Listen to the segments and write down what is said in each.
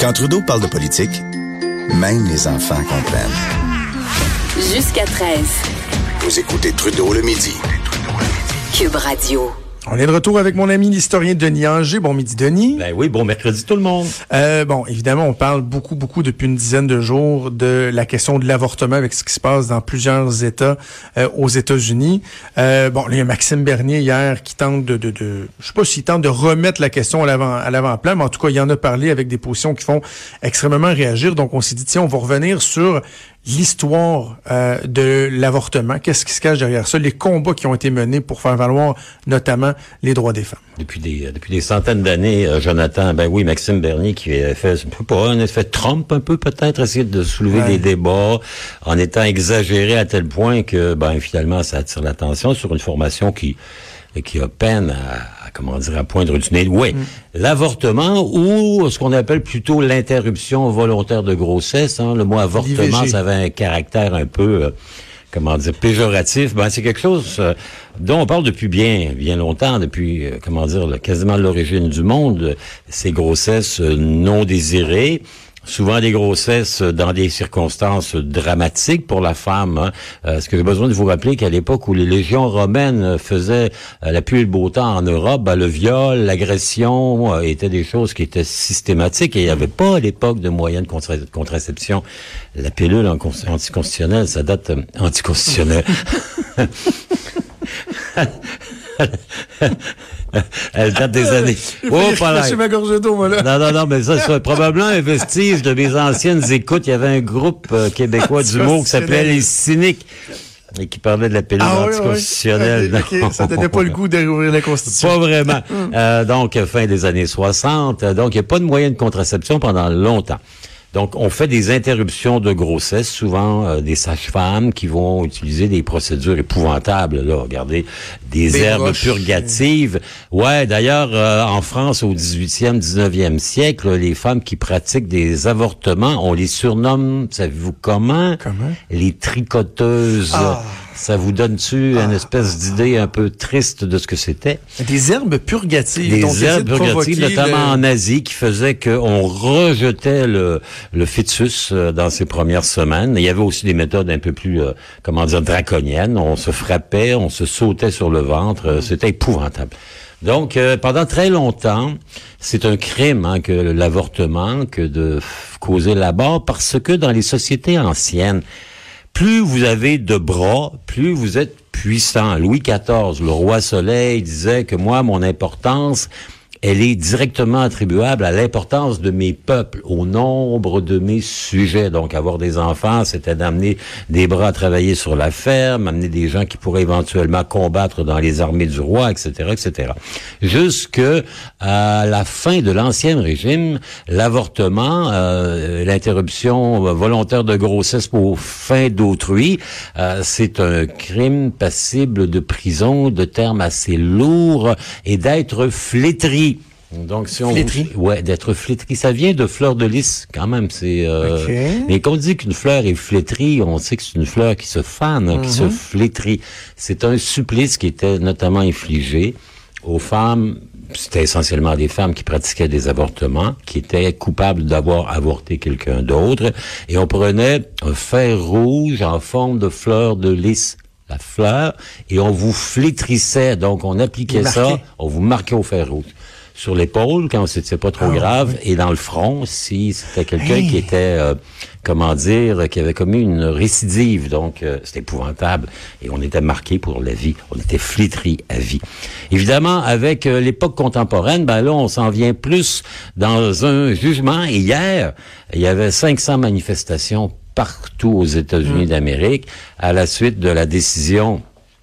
Quand Trudeau parle de politique, même les enfants comprennent. Jusqu'à 13. Vous écoutez Trudeau le midi. Cube Radio. On est de retour avec mon ami l'historien Denis Anger. Bon midi, Denis. Ben oui, bon mercredi tout le monde. Bon, évidemment, on parle beaucoup depuis une dizaine de jours de la question de l'avortement avec ce qui se passe dans plusieurs États aux États-Unis. Bon, il y a Maxime Bernier hier qui tente je sais pas s'il tente de remettre la question à l'avant-plan, mais en tout cas, il en a parlé avec des positions qui font extrêmement réagir. Donc, on s'est dit, tiens, on va revenir sur l'histoire de l'avortement. Qu'est-ce qui se cache derrière ça? Les combats qui ont été menés pour faire valoir notamment les droits des femmes. Depuis des centaines d'années, Jonathan, ben oui, Maxime Bernier qui a fait, un effet Trump un peu peut-être, essayer de soulever des débats en étant exagéré à tel point que, finalement, ça attire l'attention sur une formation qui a peine à poindre du nez. Oui, l'avortement ou ce qu'on appelle plutôt l'interruption volontaire de grossesse. Le mot avortement, ça avait un caractère un peu, péjoratif. C'est quelque chose dont on parle depuis bien longtemps, depuis, quasiment l'origine du monde. Ces grossesses non désirées. Souvent des grossesses dans des circonstances dramatiques pour la femme. Est-ce que j'ai besoin de vous rappeler qu'à l'époque où les légions romaines faisaient la pluie et le beau temps en Europe, le viol, l'agression étaient des choses qui étaient systématiques et il n'y avait pas à l'époque de moyens de contraception. La pilule anticonstitutionnelle, ça date anticonstitutionnelle. Elle date des années. Lâchez ma gorge d'eau, moi, là. Non, mais ça, c'est probablement un vestige de mes anciennes écoutes. Il y avait un groupe québécois d'humour qui s'appelait Les Cyniques et qui parlait de la pilule anticonstitutionnelle. Oui. Okay. Ça donnait pas le goût d'ouvrir la Constitution. Pas vraiment. Donc, fin des années 60. Donc, il n'y a pas de moyen de contraception pendant longtemps. Donc, on fait des interruptions de grossesse, souvent des sages-femmes qui vont utiliser des procédures épouvantables. Là, regardez, des herbes purgatives. Ouais, d'ailleurs, en France, au 18e, 19e siècle, les femmes qui pratiquent des avortements, on les surnomme, savez-vous comment? Les tricoteuses. Ça vous donne-tu une espèce d'idée un peu triste de ce que c'était? Des herbes purgatives. Des herbes purgatives, notamment en Asie, qui faisaient qu'on rejetait le fœtus dans ses premières semaines. Il y avait aussi des méthodes un peu plus, draconiennes. On se frappait, on se sautait sur le ventre. C'était épouvantable. Donc, pendant très longtemps, c'est un crime que l'avortement, que de causer la mort, parce que dans les sociétés anciennes, plus vous avez de bras, plus vous êtes puissant. Louis XIV, le roi Soleil, disait que moi, mon importance, elle est directement attribuable à l'importance de mes peuples, au nombre de mes sujets. Donc, avoir des enfants, c'était d'amener des bras à travailler sur la ferme, amener des gens qui pourraient éventuellement combattre dans les armées du roi, etc., etc. Jusque à la fin de l'Ancien Régime, l'avortement, l'interruption volontaire de grossesse pour fin d'autrui, c'est un crime passible de prison, de termes assez lourds, et d'être flétri. Donc, si on d'être flétri, ça vient de fleur de lys, quand même. C'est mais quand on dit qu'une fleur est flétrie, on sait que c'est une fleur qui se fane, qui se flétrit. C'est un supplice qui était notamment infligé aux femmes. C'était essentiellement des femmes qui pratiquaient des avortements, qui étaient coupables d'avoir avorté quelqu'un d'autre, et on prenait un fer rouge en forme de fleur de lys, la fleur, et on vous flétrissait. Donc, on appliquait ça, on vous marquait au fer rouge. Sur l'épaule, quand c'était pas trop grave, et dans le front, si c'était quelqu'un qui était, qui avait commis une récidive. Donc, c'était épouvantable. Et on était marqué pour la vie. On était flétri à vie. Évidemment, avec l'époque contemporaine, là, on s'en vient plus dans un jugement. Et hier, il y avait 500 manifestations partout aux États-Unis d'Amérique à la suite de la décision,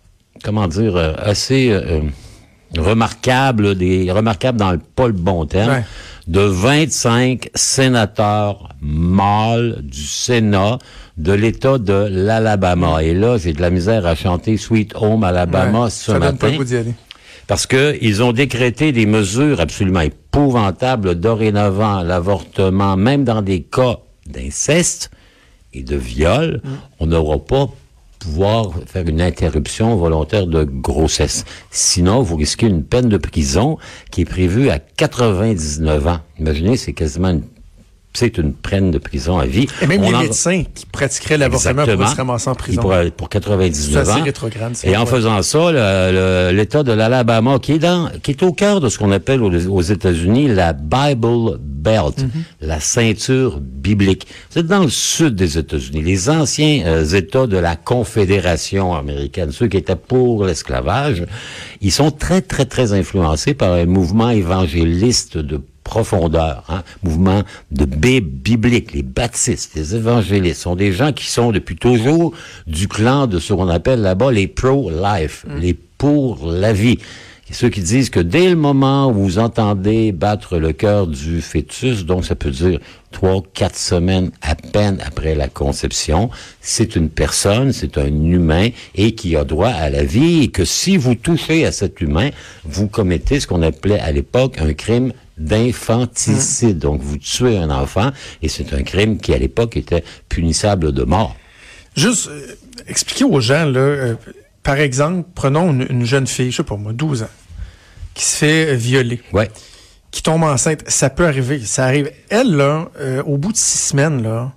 assez remarquable dans pas le bon terme, de 25 sénateurs mâles du Sénat de l'État de l'Alabama. Et là, j'ai de la misère à chanter Sweet Home Alabama ce matin. Pas le goût d'y aller. Parce que ils ont décrété des mesures absolument épouvantables dorénavant l'avortement, même dans des cas d'inceste et de viol, on n'aura pas pouvoir faire une interruption volontaire de grossesse. Sinon, vous risquez une peine de prison qui est prévue à 99 ans. Imaginez, c'est quasiment c'est une peine de prison à vie. Et même les médecins qui pratiqueraient l'avortement pourraient se ramasser en prison. Pour 99 ans. C'est assez rétrograde. Et en faisant ça, l'État de l'Alabama, qui est au cœur de ce qu'on appelle aux États-Unis la Bible Belt, la ceinture biblique. C'est dans le sud des États-Unis. Les anciens États de la Confédération américaine, ceux qui étaient pour l'esclavage, ils sont très, très, très influencés par un mouvement évangéliste de profondeur, mouvement de biblique. Les baptistes, les évangélistes sont des gens qui sont depuis toujours du clan de ce qu'on appelle là-bas les pro-life, les pour la vie. Et ceux qui disent que dès le moment où vous entendez battre le cœur du fœtus, donc ça peut dire 3-4 semaines à peine après la conception, c'est une personne, c'est un humain et qui a droit à la vie et que si vous touchez à cet humain, vous commettez ce qu'on appelait à l'époque un crime d'infanticide. Donc, vous tuez un enfant et c'est un crime qui, à l'époque, était punissable de mort. Juste expliquer aux gens, là, par exemple, prenons une jeune fille, je sais pas moi, 12 ans, qui se fait violer. Ouais. Qui tombe enceinte. Ça peut arriver. Ça arrive. Elle, là, au bout de 6 semaines, là,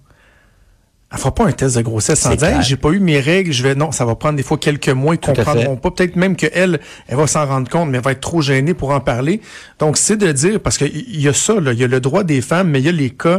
elle fera pas un test de grossesse en disant hey, j'ai pas eu mes règles, non, ça va prendre des fois quelques mois, ils comprendront pas. Peut-être même qu'elle va s'en rendre compte, mais elle va être trop gênée pour en parler. Donc, c'est de dire, parce que il y a ça, là, il y a le droit des femmes, mais il y a les cas,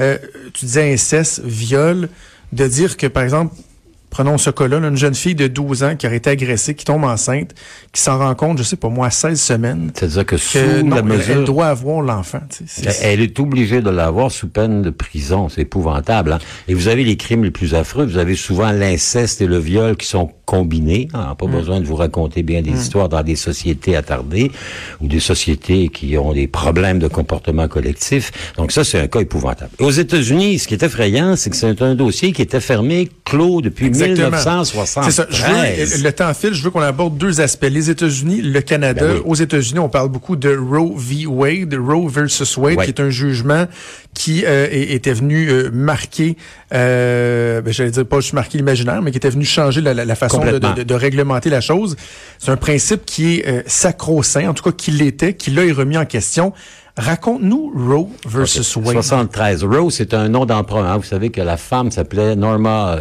tu disais inceste, viol, de dire que, par exemple, prenons ce cas-là, là, une jeune fille de 12 ans qui aurait été agressée, qui tombe enceinte, qui s'en rend compte, je sais pas moi, à 16 semaines. C'est-à-dire que sous la mesure... Elle doit avoir l'enfant. Elle est obligée de l'avoir sous peine de prison. C'est épouvantable. Hein? Et vous avez les crimes les plus affreux. Vous avez souvent l'inceste et le viol qui sont combinés. Pas besoin de vous raconter bien des histoires dans des sociétés attardées ou des sociétés qui ont des problèmes de comportement collectif. Donc ça, c'est un cas épouvantable. Aux États-Unis, ce qui est effrayant, c'est que c'est un dossier qui était fermé, clos depuis 1973. C'est ça. Le temps file, je veux qu'on aborde 2 aspects. Les États-Unis, le Canada. Ben oui. Aux États-Unis, on parle beaucoup de Roe v. Wade, Roe versus Wade, qui est un jugement qui était venu marquer, j'allais dire pas juste marquer l'imaginaire, mais qui était venu changer la façon de réglementer la chose. C'est un principe qui est sacro-saint, en tout cas qui l'était, qui là est remis en question. Raconte-nous Roe versus Wade. 73. Roe, c'est un nom d'emprunt. Vous savez que la femme s'appelait Norma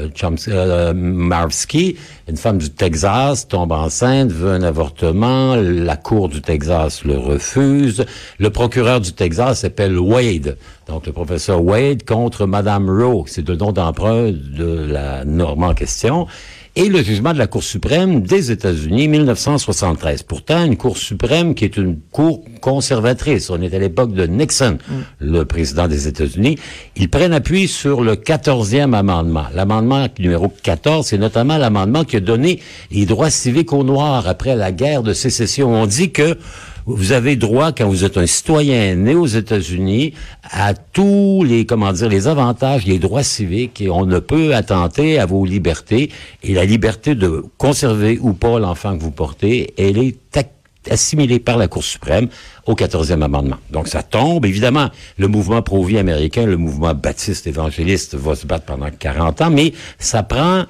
Marvsky, une femme du Texas, tombe enceinte, veut un avortement. La Cour du Texas le refuse. Le procureur du Texas s'appelle Wade. Donc, le professeur Wade contre Madame Roe. C'est le nom d'emprunt de la Norma en question. Et le jugement de la Cour suprême des États-Unis, 1973. Pourtant, une Cour suprême qui est une cour conservatrice. On est à l'époque de Nixon, le président des États-Unis. Ils prennent appui sur le 14e amendement. L'amendement numéro 14, c'est notamment l'amendement qui a donné les droits civiques aux Noirs après la guerre de sécession. On dit que vous avez droit, quand vous êtes un citoyen né aux États-Unis, à tous les avantages, les droits civiques, et on ne peut attenter à vos libertés. Et la liberté de conserver ou pas l'enfant que vous portez, elle est assimilée par la Cour suprême au 14e amendement. Donc, ça tombe. Évidemment, le mouvement pro-vie américain, le mouvement baptiste évangéliste va se battre pendant 40 ans, mais ça prend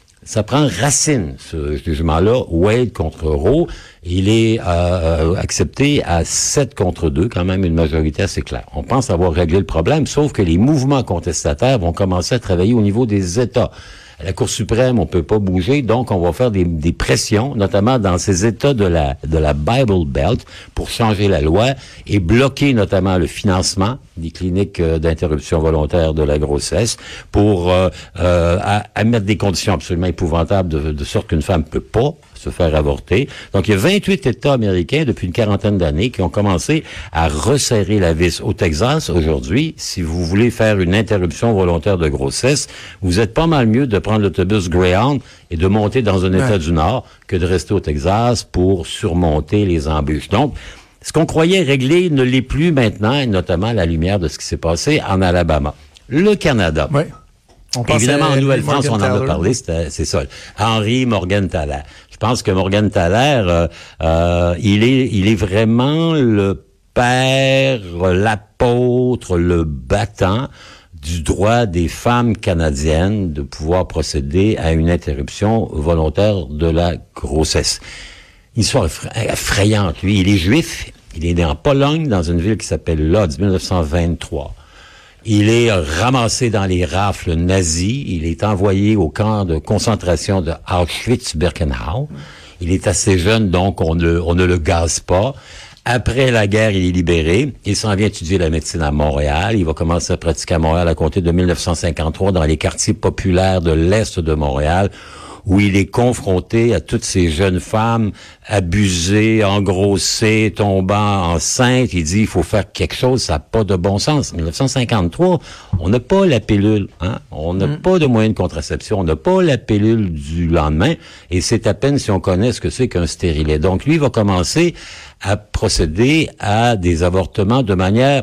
racine, ce jugement-là, Wade contre Roe. Il est accepté à 7 contre 2, quand même une majorité assez claire. On pense avoir réglé le problème, sauf que les mouvements contestataires vont commencer à travailler au niveau des États. À la Cour suprême, on peut pas bouger, donc on va faire des pressions, notamment dans ces États de la Bible Belt, pour changer la loi et bloquer notamment le financement des cliniques d'interruption volontaire de la grossesse, pour à mettre des conditions absolument épouvantables de sorte qu'une femme peut pas se faire avorter. Donc, il y a 28 États américains depuis une quarantaine d'années qui ont commencé à resserrer la vis. Au Texas, aujourd'hui, si vous voulez faire une interruption volontaire de grossesse, vous êtes pas mal mieux de prendre l'autobus Greyhound et de monter dans un État du Nord que de rester au Texas pour surmonter les embûches. Donc, ce qu'on croyait réglé ne l'est plus maintenant, notamment à la lumière de ce qui s'est passé en Alabama. Le Canada. Oui. Évidemment, en Nouvelle-France, on en a parlé, c'est ça. Henry Morgentaler. Je pense que Morgentaler, il est vraiment le père, l'apôtre, le battant du droit des femmes canadiennes de pouvoir procéder à une interruption volontaire de la grossesse. Une histoire effrayante. Lui, il est juif. Il est né en Pologne, dans une ville qui s'appelle Lodz, 1923. Il est ramassé dans les rafles nazis. Il est envoyé au camp de concentration de Auschwitz-Birkenau. Il est assez jeune, donc on ne le gaze pas. Après la guerre, il est libéré. Il s'en vient étudier la médecine à Montréal. Il va commencer à pratiquer à Montréal à compter de 1953 dans les quartiers populaires de l'Est de Montréal, où il est confronté à toutes ces jeunes femmes abusées, engrossées, tombant enceintes. Il dit, il faut faire quelque chose, ça n'a pas de bon sens. 1953, on n'a pas la pilule, hein? On n'a pas de moyen de contraception, on n'a pas la pilule du lendemain, et c'est à peine si on connaît ce que c'est qu'un stérilet. Donc, lui, il va commencer à procéder à des avortements de manière,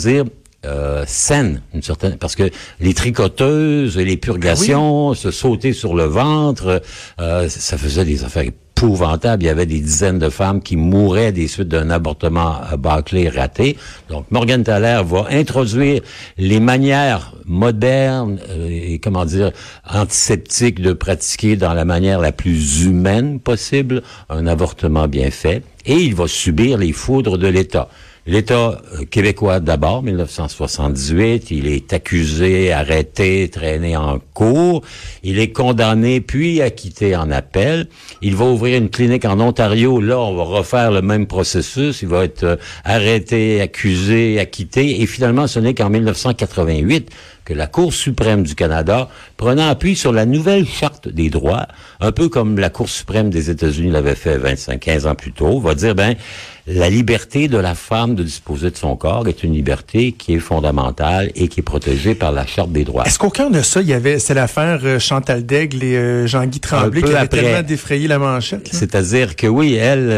saine, une certaine, parce que les tricoteuses, les purgations, se sauter sur le ventre, ça faisait des affaires épouvantables. Il y avait des dizaines de femmes qui mouraient des suites d'un avortement bâclé raté. Donc, Morgan Thaler va introduire les manières modernes et, antiseptiques de pratiquer dans la manière la plus humaine possible un avortement bien fait. Et il va subir les foudres de l'État. L'État québécois d'abord, 1978, il est accusé, arrêté, traîné en cour. Il est condamné puis acquitté en appel. Il va ouvrir une clinique en Ontario. Là, on va refaire le même processus. Il va être arrêté, accusé, acquitté. Et finalement, ce n'est qu'en 1988 que la Cour suprême du Canada, prenant appui sur la nouvelle Charte des droits, un peu comme la Cour suprême des États-Unis l'avait fait 15 ans plus tôt, va dire, la liberté de la femme de disposer de son corps est une liberté qui est fondamentale et qui est protégée par la Charte des droits. Est-ce qu'au cœur de ça, c'est l'affaire Chantal Daigle et Jean-Guy Tremblay qui avait tellement défrayé la manchette? Là? C'est-à-dire que oui,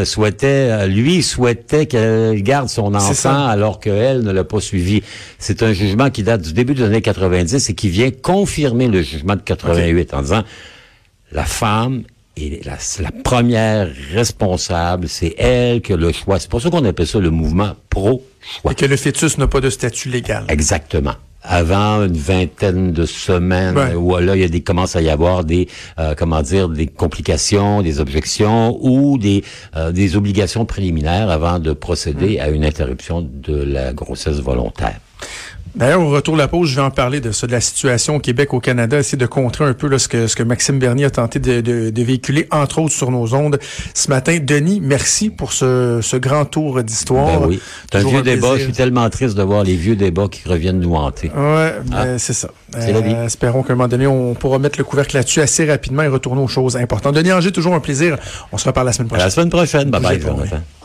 lui souhaitait qu'elle garde son enfant alors qu'elle ne l'a pas suivi. C'est un jugement qui date du début des années 90 et qui vient confirmer le jugement de 88 en disant la femme est la première responsable, c'est elle qui a le choix. C'est pour ça qu'on appelle ça le mouvement pro-choix. Et que le fœtus n'a pas de statut légal. Exactement. Avant une vingtaine de semaines, où là, il commence à y avoir des complications, des objections ou des obligations préliminaires avant de procéder à une interruption de la grossesse volontaire. D'ailleurs, au retour de la pause, je vais en parler de ça, de la situation au Québec, au Canada, essayer de contrer un peu là, ce que Maxime Bernier a tenté de véhiculer, entre autres, sur nos ondes ce matin. Denis, merci pour ce grand tour d'histoire. Ben oui, c'est un vieux débat. Je suis tellement triste de voir les vieux débats qui reviennent nous hanter. Ouais, c'est ça. C'est la vie. Espérons qu'à un moment donné, on pourra mettre le couvercle là-dessus assez rapidement et retourner aux choses importantes. Denis Anger, toujours un plaisir. On se reparle la semaine prochaine. À la semaine prochaine. Bye bye.